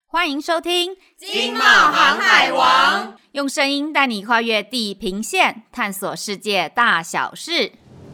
欢迎收听经贸航海王， 用声音带你跨越地平线，探索世界大小事。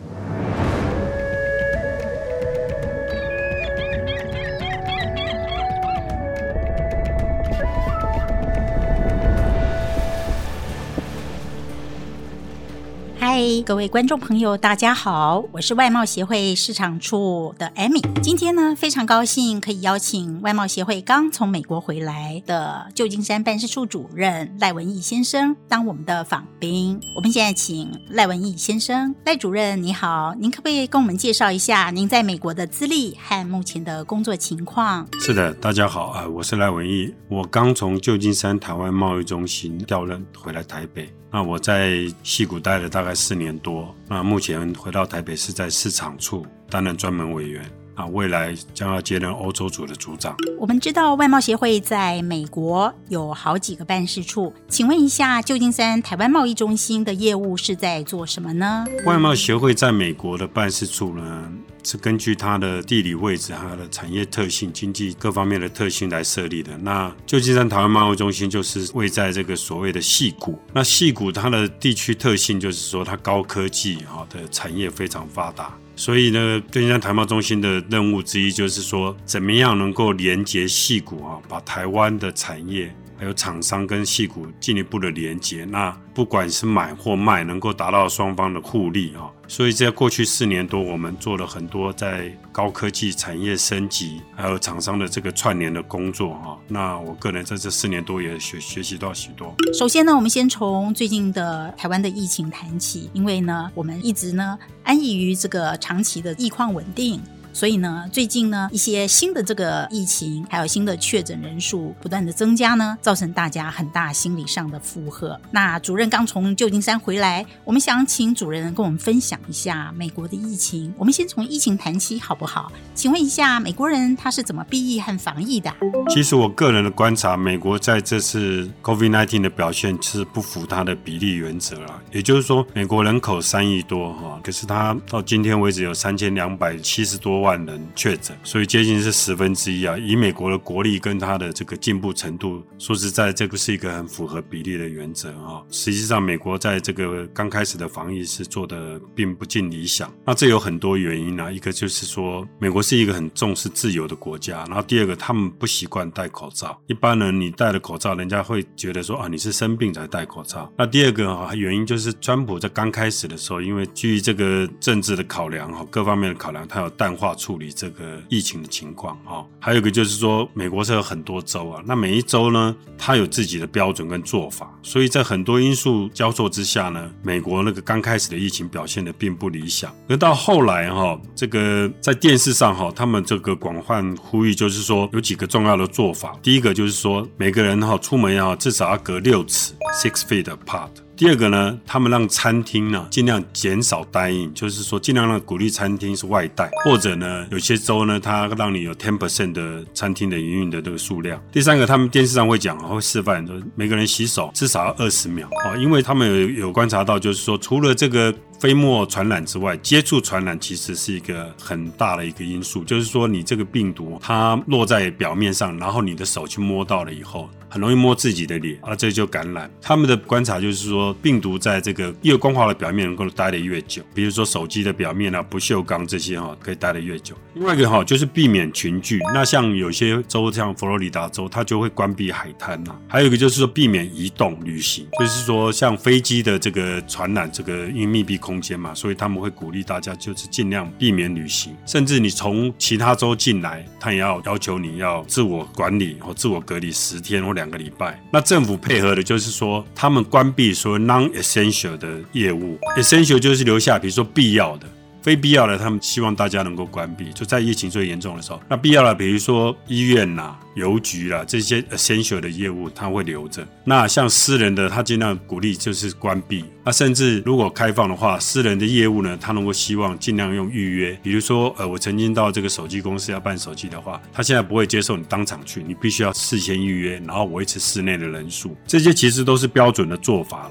嗨，各位观众朋友大家好，我是外贸协会市场处的 Amy。 今天呢，非常高兴可以邀请外贸协会刚从美国回来的旧金山办事处主任赖文义先生当我们的访宾。我们现在请赖文义先生。赖主任你好，您可不可以跟我们介绍一下您在美国的资历和目前的工作情况？ 是的，大家好，我是赖文义，我刚从旧金山台湾贸易中心调任回来台北。那我在矽谷待了大概4年多，那目前回到台北是在市场处担任专门委员，未来将要接任欧洲组的组长。 我们知道外贸协会在美国有好几个办事处，请问一下旧金山台湾贸易中心的业务是在做什么呢？ 外贸协会在美国的办事处呢，是根据它的地理位置、它的产业特性、经济各方面的特性来设立的。那旧金山台湾贸易中心就是位在这个所谓的矽谷。那矽谷它的地区特性就是说，它高科技的产业非常发达。所以呢，旧金山台贸中心的任务之一就是说，怎么样能够连结矽谷把台湾的产业还有厂商跟矽谷进一步的连结，那不管是买或卖，能够达到双方的互利。所以在过去4年多，我们做了很多在高科技产业升级还有厂商的这个串联的工作。那我个人在这4年多也学习到许多。 首先呢，我们先从最近的台湾的疫情谈起，因为呢，我们一直呢安逸于这个长期的疫况稳定，所以呢，最近呢一些新的这个疫情还有新的确诊人数不断的增加呢，造成大家很大心理上的负荷。那主任刚从旧金山回来，我们想请主任跟我们分享一下美国的疫情。我们先从疫情谈起好不好？请问一下，美国人他是怎么避疫和防疫的？ 其实我个人的观察，美国在这次 COVID-19 的表现是不符它的比例原则啦。也就是说，美国人口3亿多，可是它到今天为止有3270多万人确诊，所以接近是1/10。以美国的国力跟它的这个进步程度，说实在，这个是一个很符合比例的原则。实际上，美国在这个刚开始的防疫是做的并不尽理想。那这有很多原因一个就是说，美国是一个很重视自由的国家，然后第二个，他们不习惯戴口罩。一般人你戴了口罩，人家会觉得说你是生病才戴口罩。那第二个原因就是川普在刚开始的时候，因为基于这个政治的考量各方面的考量，他有淡化处理这个疫情的情况。还有一个就是说，美国是有很多州那每一州呢，它有自己的标准跟做法，所以在很多因素交错之下呢，美国那个刚开始的疫情表现的并不理想。而到后来这个在电视上他们这个广泛呼吁，就是说有几个重要的做法。第一个就是说，每个人出门至少要隔6尺 6 feet apart。第二个呢，他们让餐厅呢尽量减少dine-in，就是说尽量让鼓励餐厅是外带，或者呢有些州呢它让你有 10% 的餐厅的营运的这个数量。第三个，他们电视上会讲会示范说每个人洗手至少要20秒因为他们有观察到，就是说除了这个飞沫传染之外，接触传染其实是一个很大的一个因素，就是说你这个病毒它落在表面上，然后你的手去摸到了以后，很容易摸自己的脸这就感染。他们的观察就是说，病毒在这个越光滑的表面能够待得越久，比如说手机的表面不锈钢这些可以待得越久。另外一个就是避免群聚，那像有些州像佛罗里达州，它就会关闭海滩还有一个就是说避免移动旅行，就是说像飞机的这个传染，这个因为密闭空间嘛，所以他们会鼓励大家就是尽量避免旅行，甚至你从其他州进来，他也要求你要自我管理或自我隔离10天或2个礼拜。那政府配合的就是说，他们关闭所有 non-essential 的业务， essential 就是留下比如说必要的，非必要的他们希望大家能够关闭，就在疫情最严重的时候。那必要的比如说医院邮局这些 essential 的业务他会留着。那像私人的他尽量鼓励就是关闭。那甚至如果开放的话，私人的业务呢，他能够希望尽量用预约。比如说我曾经到这个手机公司要办手机的话，他现在不会接受你当场去，你必须要事先预约，然后维持室内的人数。这些其实都是标准的做法啦。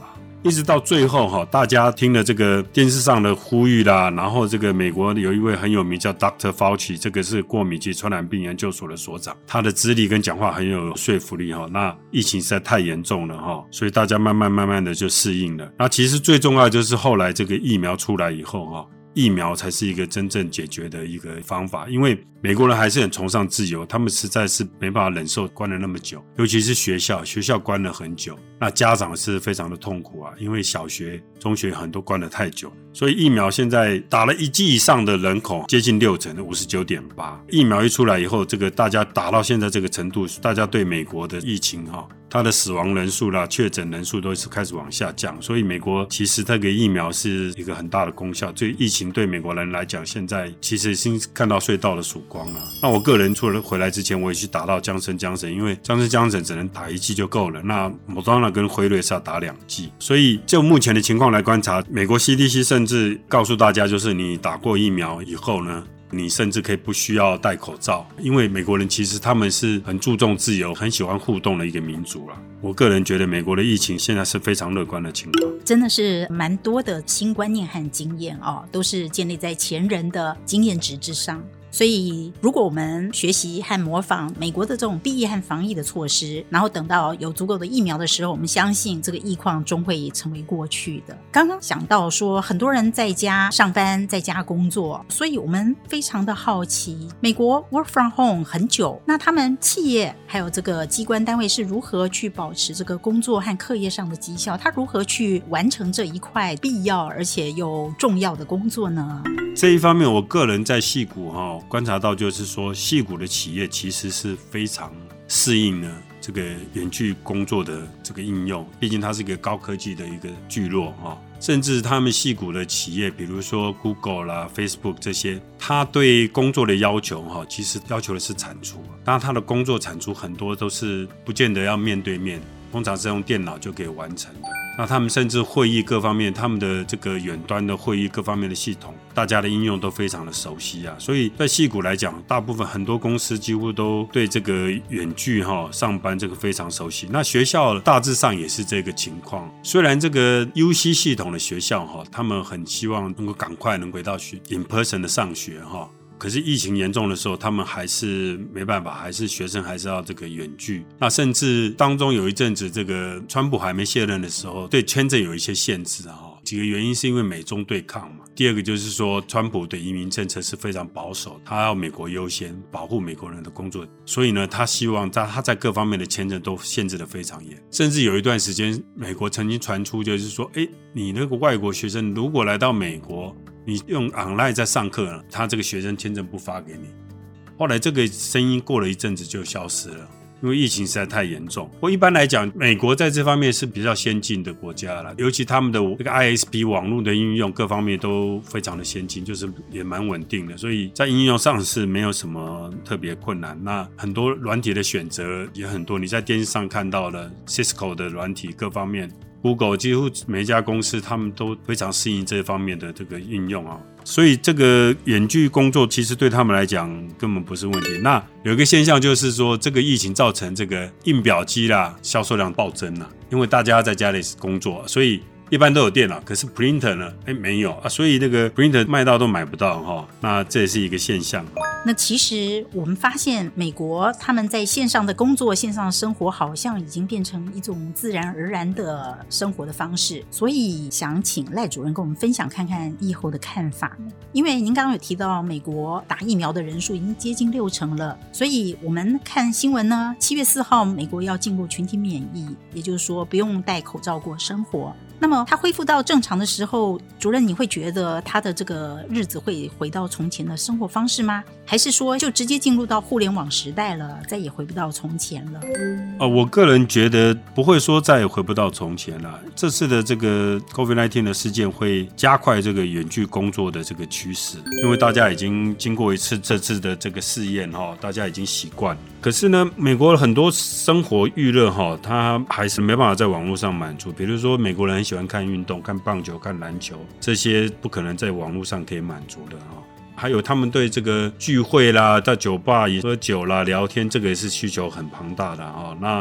一直到最后大家听了这个电视上的呼吁啦，然后这个美国有一位很有名叫 Dr. Fauci， 这个是过敏及传染病研究所的所长，他的资历跟讲话很有说服力那疫情实在太严重了所以大家慢慢的就适应了。那其实最重要就是后来这个疫苗出来以后疫苗才是一个真正解决的一个方法，因为美国人还是很崇尚自由，他们实在是没办法忍受关了那么久，尤其是学校关了很久，那家长是非常的痛苦因为小学中学很多关了太久，所以疫苗现在打了1剂以上的人口接近60%的 59.8%， 疫苗一出来以后，这个大家打到现在这个程度，大家对美国的疫情它的死亡人数啦、确诊人数都是开始往下降，所以美国其实这个疫苗是一个很大的功效，所以疫情对美国人来讲，现在其实已经看到隧道的曙光了。那我个人除了回来之前，我也去打到江森，因为江森只能打1剂就够了，那Moderna跟辉瑞是要打2剂，所以就目前的情况来观察，美国 CDC 甚至告诉大家，就是你打过疫苗以后呢，你甚至可以不需要戴口罩，因为美国人其实他们是很注重自由、很喜欢互动的一个民族啦。我个人觉得美国的疫情现在是非常乐观的情况， 真的是蛮多的新观念和经验都是建立在前人的经验值之上。所以如果我们学习和模仿美国的这种避疫和防疫的措施，然后等到有足够的疫苗的时候，我们相信这个疫况终会成为过去的。刚刚想到说很多人在家上班，在家工作，所以我们非常的好奇，美国 work from home 很久，那他们企业还有这个机关单位是如何去保持这个工作和课业上的绩效，他如何去完成这一块必要而且又重要的工作呢？ 这一方面我个人在矽谷观察到，就是说矽谷的企业其实是非常适应了这个远距工作的这个应用，毕竟它是一个高科技的一个聚落甚至他们矽谷的企业，比如说 Google 啦 Facebook 这些，它对工作的要求其实要求的是产出，当然它的工作产出很多都是不见得要面对面，通常是用电脑就可以完成的。那他们甚至会议各方面，他们的这个远端的会议各方面的系统，大家的应用都非常的熟悉所以在矽谷来讲，大部分很多公司几乎都对这个远距上班这个非常熟悉。那学校大致上也是这个情况，虽然这个 UC 系统的学校他们很希望能够赶快能回到in person 的上学可是疫情严重的时候，他们还是没办法，还是学生还是要这个远距。那甚至当中有一阵子，这个川普还没卸任的时候，对签证有一些限制几个原因是因为美中对抗嘛。第二个就是说，川普的移民政策是非常保守，他要美国优先，保护美国人的工作，所以呢，他希望他在各方面的签证都限制得非常严。甚至有一段时间，美国曾经传出就是说，你那个外国学生如果来到美国，你用 online 在上课了，他这个学生签证不发给你。后来这个声音过了一阵子就消失了，因为疫情实在太严重。不过一般来讲，美国在这方面是比较先进的国家啦，尤其他们的这个 ISP 网络的应用各方面都非常的先进，就是也蛮稳定的，所以在应用上是没有什么特别困难。那很多软体的选择也很多，你在电视上看到了 Cisco 的软体各方面，Google 几乎每一家公司他们都非常适应这方面的这个应用所以这个远距工作其实对他们来讲根本不是问题。那有一个现象就是说，这个疫情造成这个印表机啦销售量暴增因为大家在家里工作，所以一般都有电脑，可是 printer 呢没有所以那个 printer 卖到都买不到那这也是一个现象。 那其实我们发现美国他们在线上的工作、线上的生活好像已经变成一种自然而然的生活的方式，所以想请赖主任跟我们分享看看疫后的看法。因为您刚刚有提到美国打疫苗的人数已经接近60%了，所以我们看新闻呢，7月4号美国要进入群体免疫，也就是说不用戴口罩过生活。那么它恢复到正常的时候，主任你会觉得它的这个日子会回到从前的生活方式吗？还是说就直接进入到互联网时代了，再也回不到从前了？ 我个人觉得不会说再也回不到从前了。这次的这个 COVID-19 的事件会加快这个远距工作的这个趋势，因为大家已经经过这次的这个试验大家已经习惯。可是呢，美国很多生活娱乐它还是没办法在网络上满足，比如说美国人很喜欢看运动，看棒球、看篮球，这些不可能在网络上可以满足的还有他们对这个聚会啦，在酒吧也喝酒啦、聊天，这个也是需求很庞大的那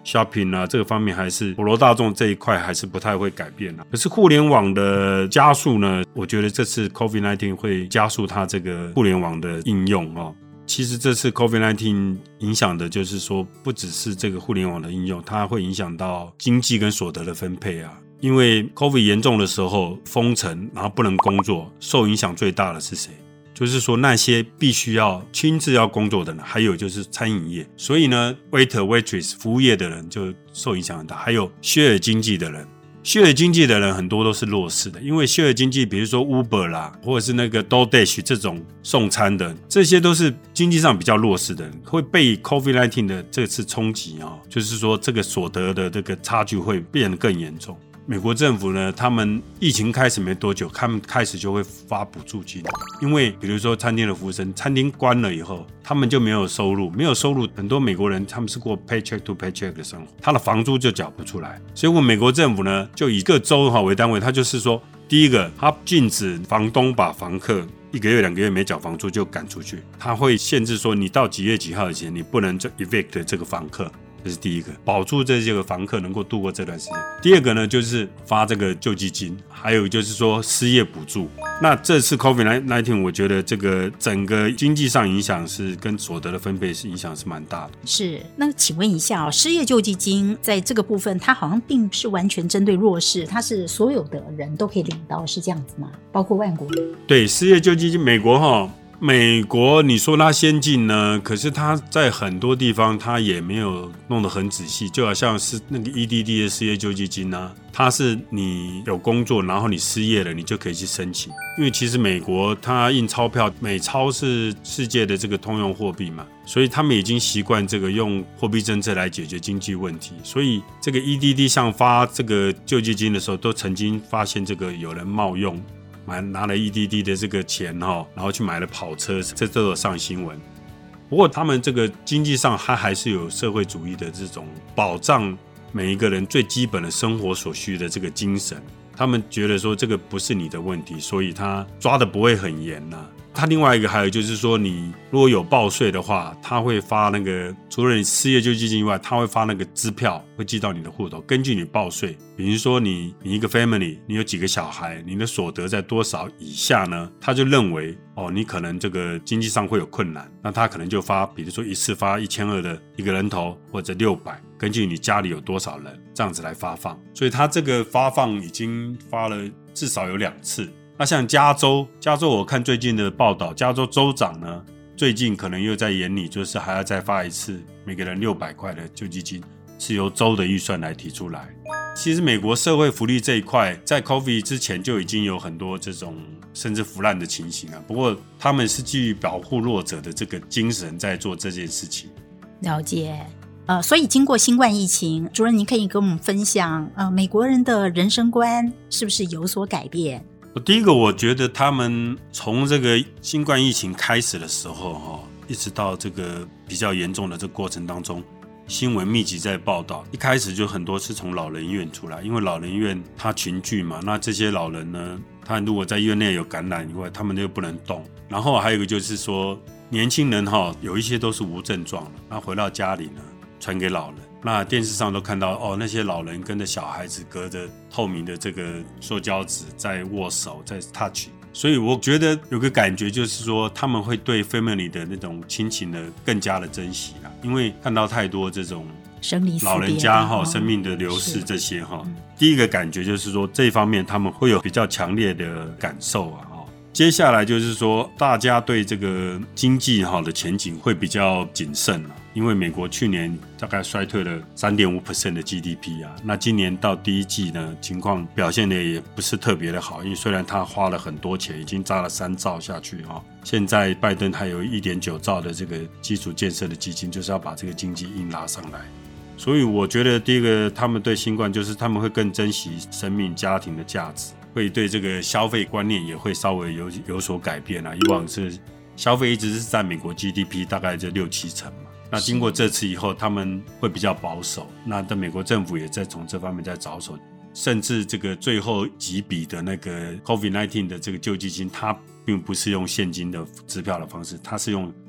shopping 啊，这个方面还是普罗大众这一块还是不太会改变可是互联网的加速呢，我觉得这次 COVID-19 会加速它这个互联网的应用其实这次 COVID-19 影响的就是说，不只是这个互联网的应用，它会影响到经济跟所得的分配因为 COVID 严重的时候封城，然后不能工作，受影响最大的是谁？就是说那些必须要亲自要工作的人，还有就是餐饮业。所以呢 waiter waitress 服务业的人就受影响很大，还有 share 经济的人。share 经济的人很多都是弱势的，因为 share 经济比如说 Uber 啦，或者是那个 DoorDash 这种送餐的，这些都是经济上比较弱势的人，会被 COVID-19 的这次冲击就是说这个所得的这个差距会变得更严重。美国政府呢，他们疫情开始没多久，他们开始就会发补助金，因为比如说餐厅的服务生，餐厅关了以后，他们就没有收入，很多美国人他们是过 paycheck to paycheck 的生活，他的房租就缴不出来，所以我美国政府呢，就以各州为单位，他就是说，第一个，他禁止房东把房客1个月2个月没缴房租就赶出去，他会限制说，你到几月几号以前，你不能就 evict 这个房客。这是第一个，保住这些个房客能够度过这段时间。第二个呢，就是发这个救济金，还有就是说失业补助。那这次 COVID-19 我觉得这个整个经济上影响是跟所得的分配是影响是蛮大的。 是，那请问一下失业救济金在这个部分它好像并不是完全针对弱势，它是所有的人都可以领到，是这样子吗？包括外国人？ 对，失业救济金美国你说它先进呢，可是它在很多地方它也没有弄得很仔细，就好像是那个 EDD 的失业救济金它是你有工作然后你失业了你就可以去申请，因为其实美国它印钞票，美钞是世界的这个通用货币嘛，所以他们已经习惯这个用货币政策来解决经济问题，所以这个 EDD 上发这个救济金的时候都曾经发现这个有人冒用拿了 EDD 的这个钱然后去买了跑车，这都有上新闻。不过他们这个经济上他还是有社会主义的这种保障每一个人最基本的生活所需的这个精神，他们觉得说这个不是你的问题，所以他抓的不会很严他另外一个还有就是说，你如果有报税的话，他会发那个除了你失业救济金以外，他会发那个支票会寄到你的户头，根据你报税，比如说你一个 family 你有几个小孩，你的所得在多少以下呢，他就认为你可能这个经济上会有困难，那他可能就发比如说一次发1200的一个人头或者600，根据你家里有多少人这样子来发放，所以他这个发放已经发了至少有2次。那像加州我看最近的报道，加州州长呢最近可能又在眼里，就是还要再发一次每个人600块的救济金，是由州的预算来提出来。其实美国社会福利这一块在 COVID 之前就已经有很多这种甚至腐烂的情形不过他们是基于保护弱者的这个精神在做这件事情。 了解。所以经过新冠疫情，主任您可以跟我们分享美国人的人生观是不是有所改变？ 第一个，我觉得他们从这个新冠疫情开始的时候一直到这个比较严重的这个过程当中，新闻密集在报道，一开始就很多是从老人院出来，因为老人院它群聚嘛，那这些老人呢，他如果在院内有感染以外，他们就不能动。然后还有一个就是说，年轻人有一些都是无症状了，那回到家里呢传给老人，那电视上都看到那些老人跟着小孩子隔着透明的这个塑胶纸在握手，在 touch， 所以我觉得有个感觉就是说，他们会对 family 的那种亲情的更加的珍惜啦，因为看到太多这种老人家生命的流逝这些第一个感觉就是说，这一方面他们会有比较强烈的感受接下来就是说，大家对这个经济的前景会比较谨慎因为美国去年大概衰退了 3.5% 的 GDP 那今年到第一季呢，情况表现的也不是特别的好，因为虽然他花了很多钱，已经砸了3兆下去现在拜登还有 1.9 兆的这个基础建设的基金，就是要把这个经济硬拉上来。所以我觉得第一个，他们对新冠就是他们会更珍惜生命家庭的价值，会对这个消费观念也会稍微有所改变以往是消费一直是占美国 GDP 大概就6-7成嘛，那经过这次以后他们会比较保守，那的美国政府也在从这方面在着手，甚至这个最后几笔的那个 COVID-19 的这个救济金，它并不是用现金的支票的方式，它是用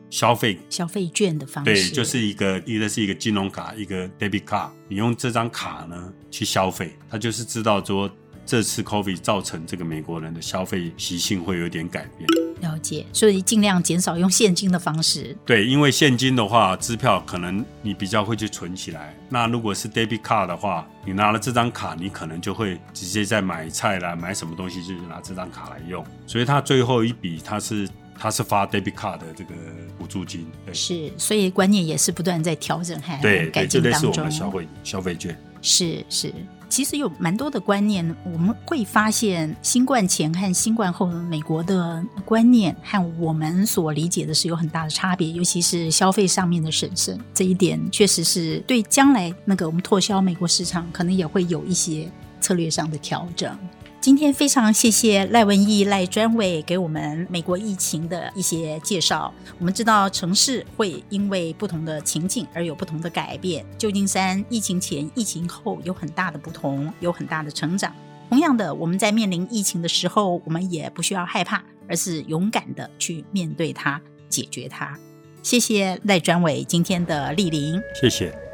消费券的方式。 对，就是一个是一个金融卡，一个 debit card， 你用这张卡呢去消费，他就是知道说这次 COVID 造成这个美国人的消费习性会有点改变。 了解，所以尽量减少用现金的方式。 对，因为现金的话，支票可能你比较会去存起来。那如果是 debit card 的话，你拿了这张卡，你可能就会直接在买菜啦、买什么东西，就是拿这张卡来用。所以它最后一笔它是发 debit card 的这个补助金。对， 是，所以观念也是不断在调整和改进当中。 对，这类似我们的消费券。 是。其实有蛮多的观念，我们会发现新冠前和新冠后美国的观念和我们所理解的是有很大的差别，尤其是消费上面的审慎，这一点确实是对将来那个我们拓销美国市场可能也会有一些策略上的调整。今天非常谢谢赖文毅赖专委给我们美国疫情的一些介绍。我们知道城市会因为不同的情境而有不同的改变，旧金山疫情前疫情后有很大的不同，有很大的成长。同样的，我们在面临疫情的时候，我们也不需要害怕，而是勇敢的去面对它，解决它。谢谢赖专委今天的莅临。 谢谢。